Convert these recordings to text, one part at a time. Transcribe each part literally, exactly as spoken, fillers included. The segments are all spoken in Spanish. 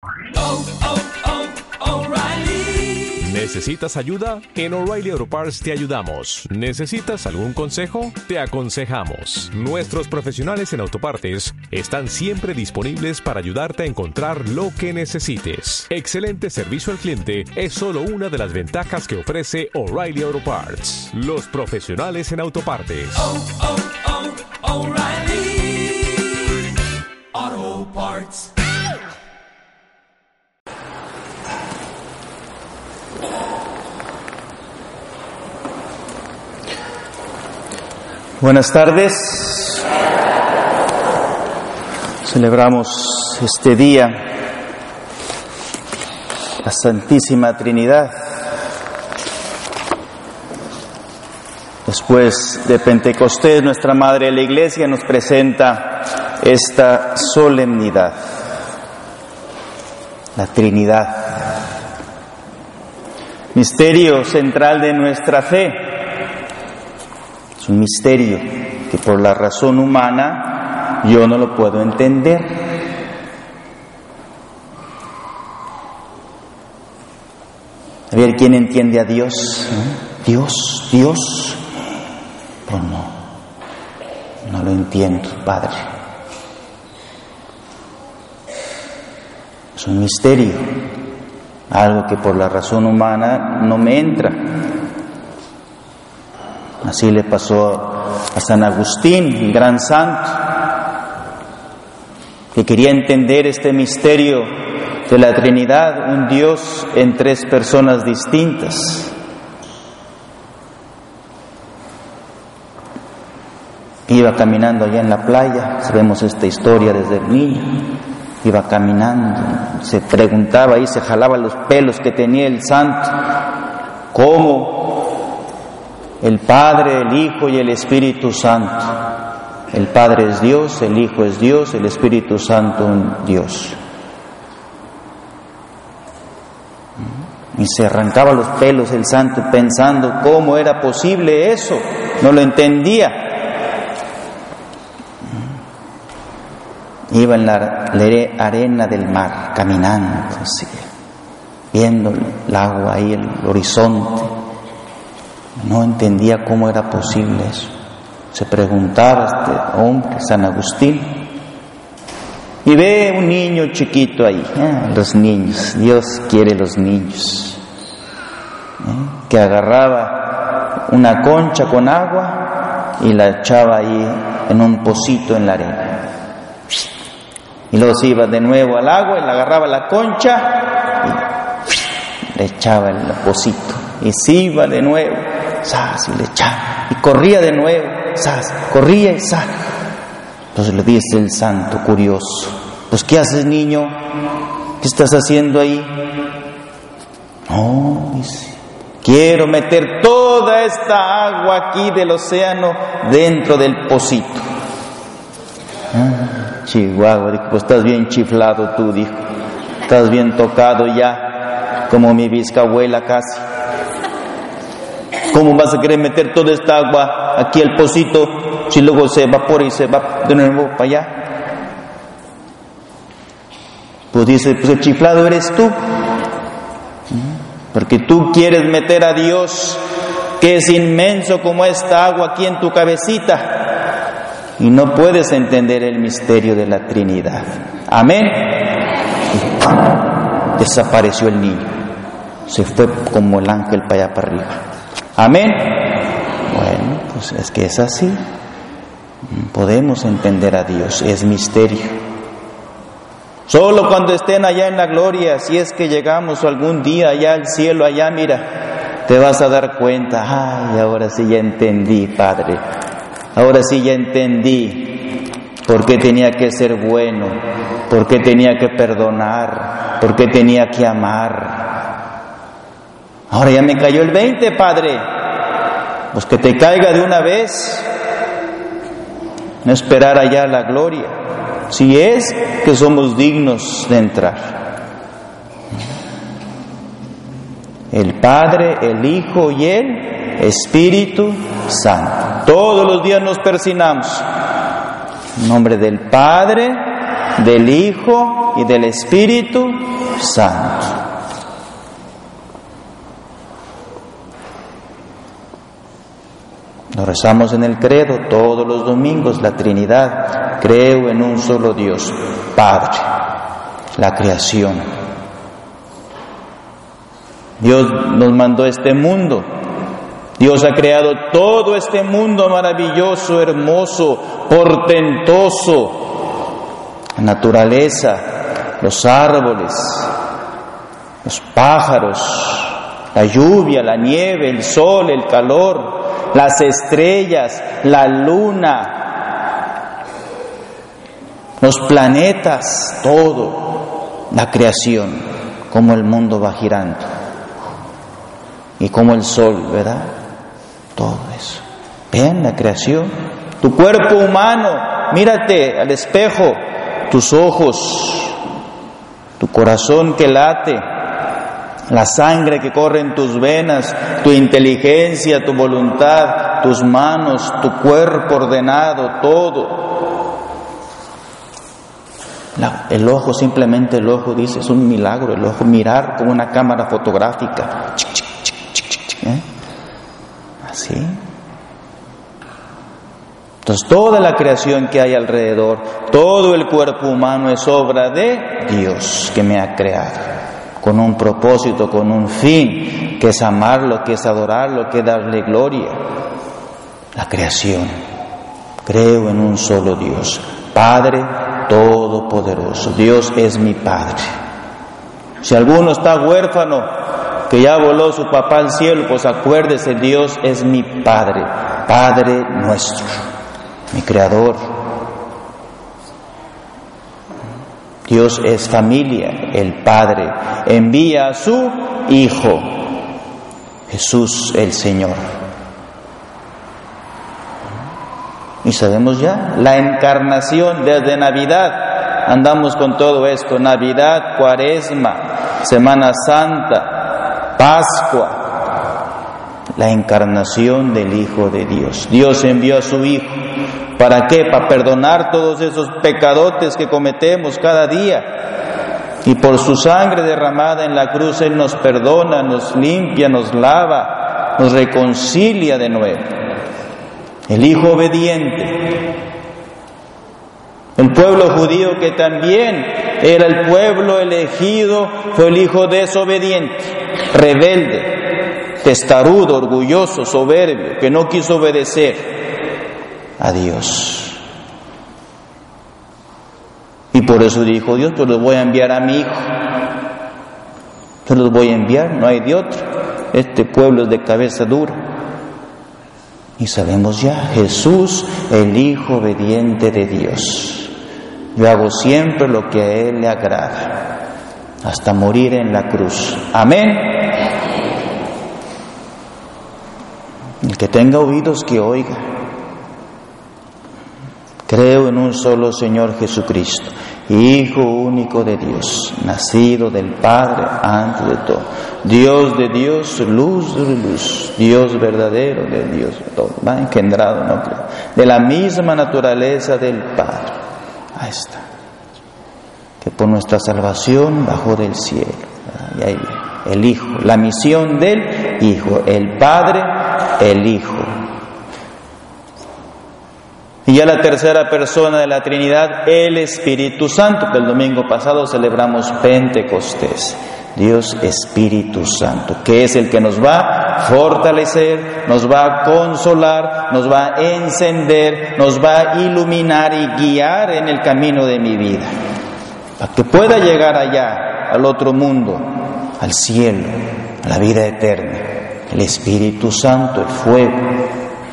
Oh, oh, oh, O'Reilly. ¿Necesitas ayuda? En O'Reilly Auto Parts te ayudamos. ¿Necesitas algún consejo? Te aconsejamos. Nuestros profesionales en autopartes están siempre disponibles para ayudarte a encontrar lo que necesites. Excelente servicio al cliente es solo una de las ventajas que ofrece O'Reilly Auto Parts. Los profesionales en autopartes. Oh, oh, oh, O'Reilly Auto Parts. Buenas tardes. Celebramos este día la Santísima Trinidad. Después de Pentecostés, nuestra Madre la Iglesia nos presenta esta solemnidad, la Trinidad, misterio central de nuestra fe. Es un misterio que por la razón humana yo no lo puedo entender. A ver, ¿quién entiende a Dios? ¿Eh? Dios, Dios. Pues no, no lo entiendo, Padre. Es un misterio, algo que por la razón humana no me entra. Así le pasó a San Agustín, el gran santo, que quería entender este misterio de la Trinidad, un Dios en tres personas distintas. Iba caminando allá en la playa, sabemos esta historia desde el niño, iba caminando, se preguntaba y se jalaba los pelos que tenía el santo, ¿cómo el Padre, el Hijo y el Espíritu Santo? El Padre es Dios, el Hijo es Dios, el Espíritu Santo un Dios. Y se arrancaba los pelos el santo pensando cómo era posible eso, no lo entendía. Iba en la arena del mar, caminando así, viendo el agua ahí, el horizonte. No entendía cómo era posible eso. Se preguntaba este hombre, San Agustín, y ve un niño chiquito ahí, ¿eh? Los niños, Dios quiere los niños, ¿eh? Que agarraba una concha con agua y la echaba ahí en un pocito en la arena. Y luego se iba de nuevo al agua y le agarraba la concha y le echaba el pocito. Y se iba de nuevo, ¡zas! Y le echaba. Y corría de nuevo, ¡zas! Corría y ¡zas! Entonces le dice el santo curioso, pues ¿qué haces, niño? ¿Qué estás haciendo ahí? No, dice, quiero meter toda esta agua aquí del océano dentro del pocito. Ah, Chihuahua, dijo, pues estás bien chiflado tú, dijo, estás bien tocado ya, como mi bisabuela casi. ¿Cómo vas a querer meter toda esta agua aquí al pocito si luego se evapora y se va de nuevo para allá? Pues dice, pues el chiflado eres tú, porque tú quieres meter a Dios, que es inmenso como esta agua, aquí en tu cabecita, y no puedes entender el misterio de la Trinidad. Amén. Y desapareció el niño, se fue como el ángel para allá para arriba. Amén. Bueno, pues es que es así. Podemos entender a Dios, es misterio. Solo cuando estén allá en la gloria, si es que llegamos algún día allá al cielo, allá, mira, te vas a dar cuenta, ay, ahora sí ya entendí, Padre. Ahora sí ya entendí por qué tenía que ser bueno, por qué tenía que perdonar, por qué tenía que amar. Ahora ya me cayó el veinte, Padre. Pues que te caiga de una vez. No esperar allá la gloria, si es que somos dignos de entrar. El Padre, el Hijo y el Espíritu Santo. Todos los días nos persinamos en nombre del Padre, del Hijo y del Espíritu Santo. Nos rezamos en el credo todos los domingos la Trinidad. Creo en un solo Dios, Padre, la creación. Dios nos mandó este mundo. Dios ha creado todo este mundo maravilloso, hermoso, portentoso. La naturaleza, los árboles, los pájaros, la lluvia, la nieve, el sol, el calor, las estrellas, la luna, los planetas, todo, la creación, como el mundo va girando y como el sol, ¿verdad? Todo eso. Ven la creación, tu cuerpo humano, mírate al espejo, tus ojos, tu corazón que late, la sangre que corre en tus venas, tu inteligencia, tu voluntad, tus manos, tu cuerpo ordenado, todo. La, el ojo, simplemente el ojo, dice, es un milagro, el ojo, mirar como una cámara fotográfica. ¿Eh? Así. Entonces toda la creación que hay alrededor, todo el cuerpo humano es obra de Dios que me ha creado, con un propósito, con un fin, que es amarlo, que es adorarlo, que es darle gloria. La creación. Creo en un solo Dios, Padre Todopoderoso. Dios es mi Padre. Si alguno está huérfano, que ya voló su papá al cielo, pues acuérdese, Dios es mi Padre, Padre nuestro, mi Creador. Dios es familia, el Padre envía a su Hijo, Jesús el Señor. Y sabemos ya, la encarnación desde Navidad, andamos con todo esto, Navidad, Cuaresma, Semana Santa, Pascua, la encarnación del Hijo de Dios. Dios envió a su Hijo. ¿Para qué? Para perdonar todos esos pecadotes que cometemos cada día. Y por su sangre derramada en la cruz, Él nos perdona, nos limpia, nos lava, nos reconcilia de nuevo. El Hijo obediente. El pueblo judío, que también era el pueblo elegido, fue el hijo desobediente, rebelde, testarudo, orgulloso, soberbio, que no quiso obedecer a Dios. Y por eso dijo Dios, pues los voy a enviar a mi Hijo. Yo los voy a enviar, no hay de otro. Este pueblo es de cabeza dura. Y sabemos ya, Jesús, el Hijo obediente de Dios. Yo hago siempre lo que a Él le agrada, hasta morir en la cruz. Amén. El que tenga oídos, que oiga. Creo en un solo Señor Jesucristo, Hijo único de Dios, nacido del Padre antes de todo, Dios de Dios, luz de luz, Dios verdadero de Dios, todo, va engendrado, no creo, de la misma naturaleza del Padre. Ahí está, que por nuestra salvación bajó del cielo. Y ahí el Hijo, la misión del Hijo, el Padre, el Hijo. Y ya la tercera persona de la Trinidad, el Espíritu Santo, que el domingo pasado celebramos Pentecostés. Dios Espíritu Santo, que es el que nos va a fortalecer, nos va a consolar, nos va a encender, nos va a iluminar y guiar en el camino de mi vida, para que pueda llegar allá, al otro mundo, al cielo, a la vida eterna. El Espíritu Santo, el fuego.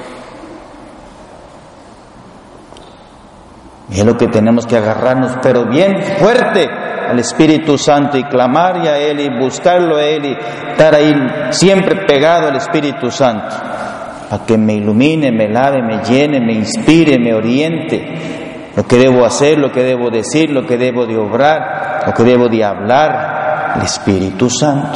Y es lo que tenemos que agarrarnos, pero bien fuerte, al Espíritu Santo, y clamar a Él y buscarlo a Él y estar ahí siempre pegado al Espíritu Santo, para que me ilumine, me lave, me llene, me inspire, me oriente lo que debo hacer, lo que debo decir, lo que debo de obrar, lo que debo de hablar. El Espíritu Santo.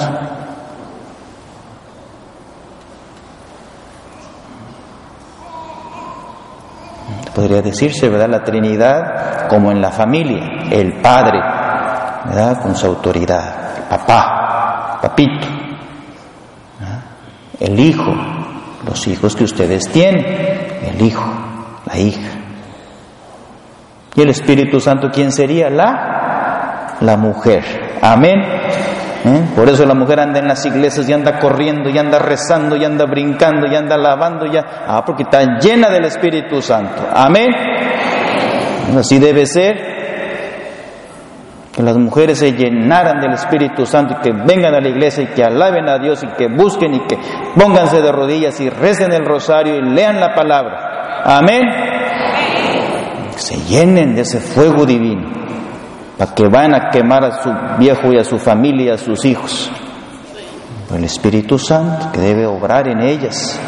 Podría decirse, ¿verdad?, la Trinidad como en la familia, el Padre, ¿verdad? Con su autoridad. Papá, papito, ¿verdad? El hijo, los hijos que ustedes tienen, el hijo, la hija. ¿Y el Espíritu Santo quién sería? La, la mujer. Amén. ¿Eh? Por eso la mujer anda en las iglesias y anda corriendo, y anda rezando, y anda brincando, y anda alabando, ya. Ah, porque está llena del Espíritu Santo. Amén. Así debe ser. Que las mujeres se llenaran del Espíritu Santo y que vengan a la iglesia y que alaben a Dios y que busquen y que pónganse de rodillas y recen el rosario y lean la palabra. Amén. Que se llenen de ese fuego divino para que vayan a quemar a su viejo y a su familia y a sus hijos. Pero el Espíritu Santo que debe obrar en ellas.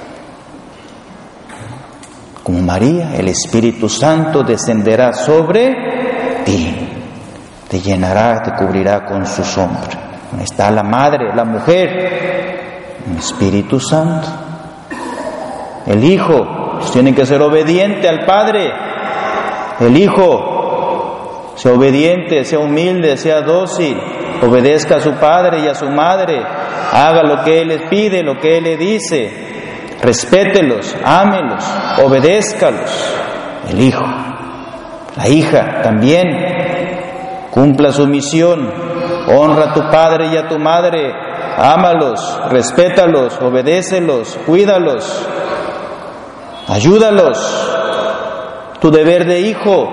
Como María, el Espíritu Santo descenderá sobre ti. Te llenará, te cubrirá con su sombra. Está la madre, la mujer, el Espíritu Santo. El hijo, tiene que ser obediente al Padre. El hijo, sea obediente, sea humilde, sea dócil, obedezca a su padre y a su madre, haga lo que Él les pide, lo que Él le dice, respételos, ámelos, obedézcalos. El hijo, la hija también. Cumpla su misión, honra a tu padre y a tu madre, ámalos, respétalos, obedécelos, cuídalos, ayúdalos. Tu deber de hijo.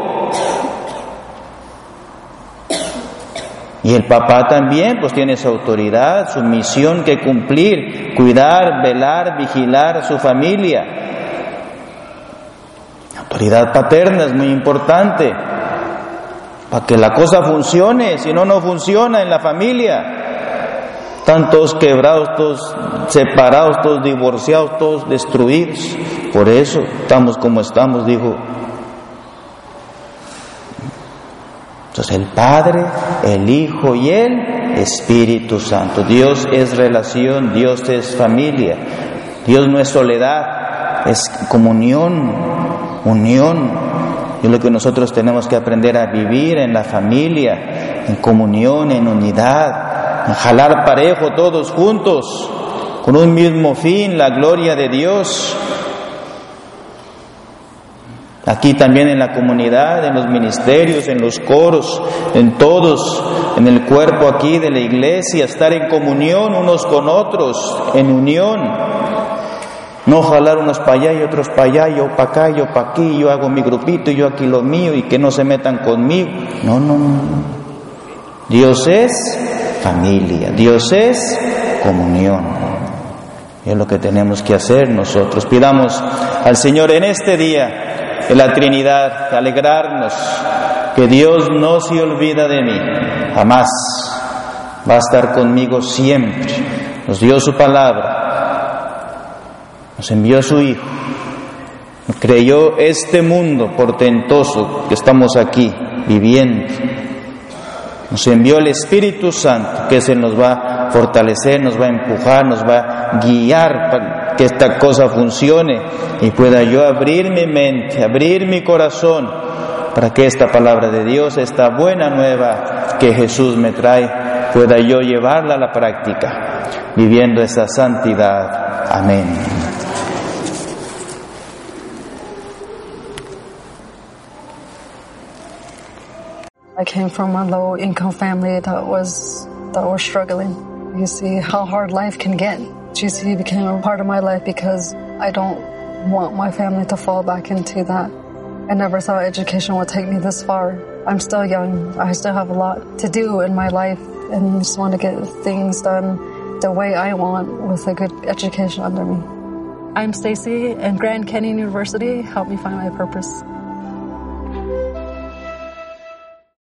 Y el papá también, pues tiene su autoridad, su misión que cumplir, cuidar, velar, vigilar a su familia. La autoridad paterna es muy importante. Para que la cosa funcione, si no, no funciona en la familia. Están todos quebrados, todos separados, todos divorciados, todos destruidos. Por eso estamos como estamos, dijo. Entonces el Padre, el Hijo y el Espíritu Santo. Dios es relación, Dios es familia. Dios no es soledad, es comunión, unión. Y es lo que nosotros tenemos que aprender a vivir en la familia, en comunión, en unidad, en jalar parejo todos juntos, con un mismo fin, la gloria de Dios. Aquí también en la comunidad, en los ministerios, en los coros, en todos, en el cuerpo aquí de la iglesia, estar en comunión unos con otros, en unión. No jalar unos para allá y otros para allá, yo para acá, yo para aquí, yo hago mi grupito y yo aquí lo mío y que no se metan conmigo. No, no, no. Dios es familia, Dios es comunión. Y es lo que tenemos que hacer nosotros. Pidamos al Señor en este día de la Trinidad, alegrarnos, que Dios no se olvida de mí, jamás. Va a estar conmigo siempre. Nos dio su palabra. Nos envió a su Hijo, creyó este mundo portentoso que estamos aquí viviendo. Nos envió el Espíritu Santo, que se nos va a fortalecer, nos va a empujar, nos va a guiar para que esta cosa funcione y pueda yo abrir mi mente, abrir mi corazón para que esta palabra de Dios, esta buena nueva que Jesús me trae, pueda yo llevarla a la práctica, viviendo esa santidad. Amén. I came from a low-income family that was that was struggling. You see how hard life can get. G C became a part of my life because I don't want my family to fall back into that. I never thought education would take me this far. I'm still young. I still have a lot to do in my life and just want to get things done the way I want with a good education under me. I'm Stacy, and Grand Canyon University helped me find my purpose.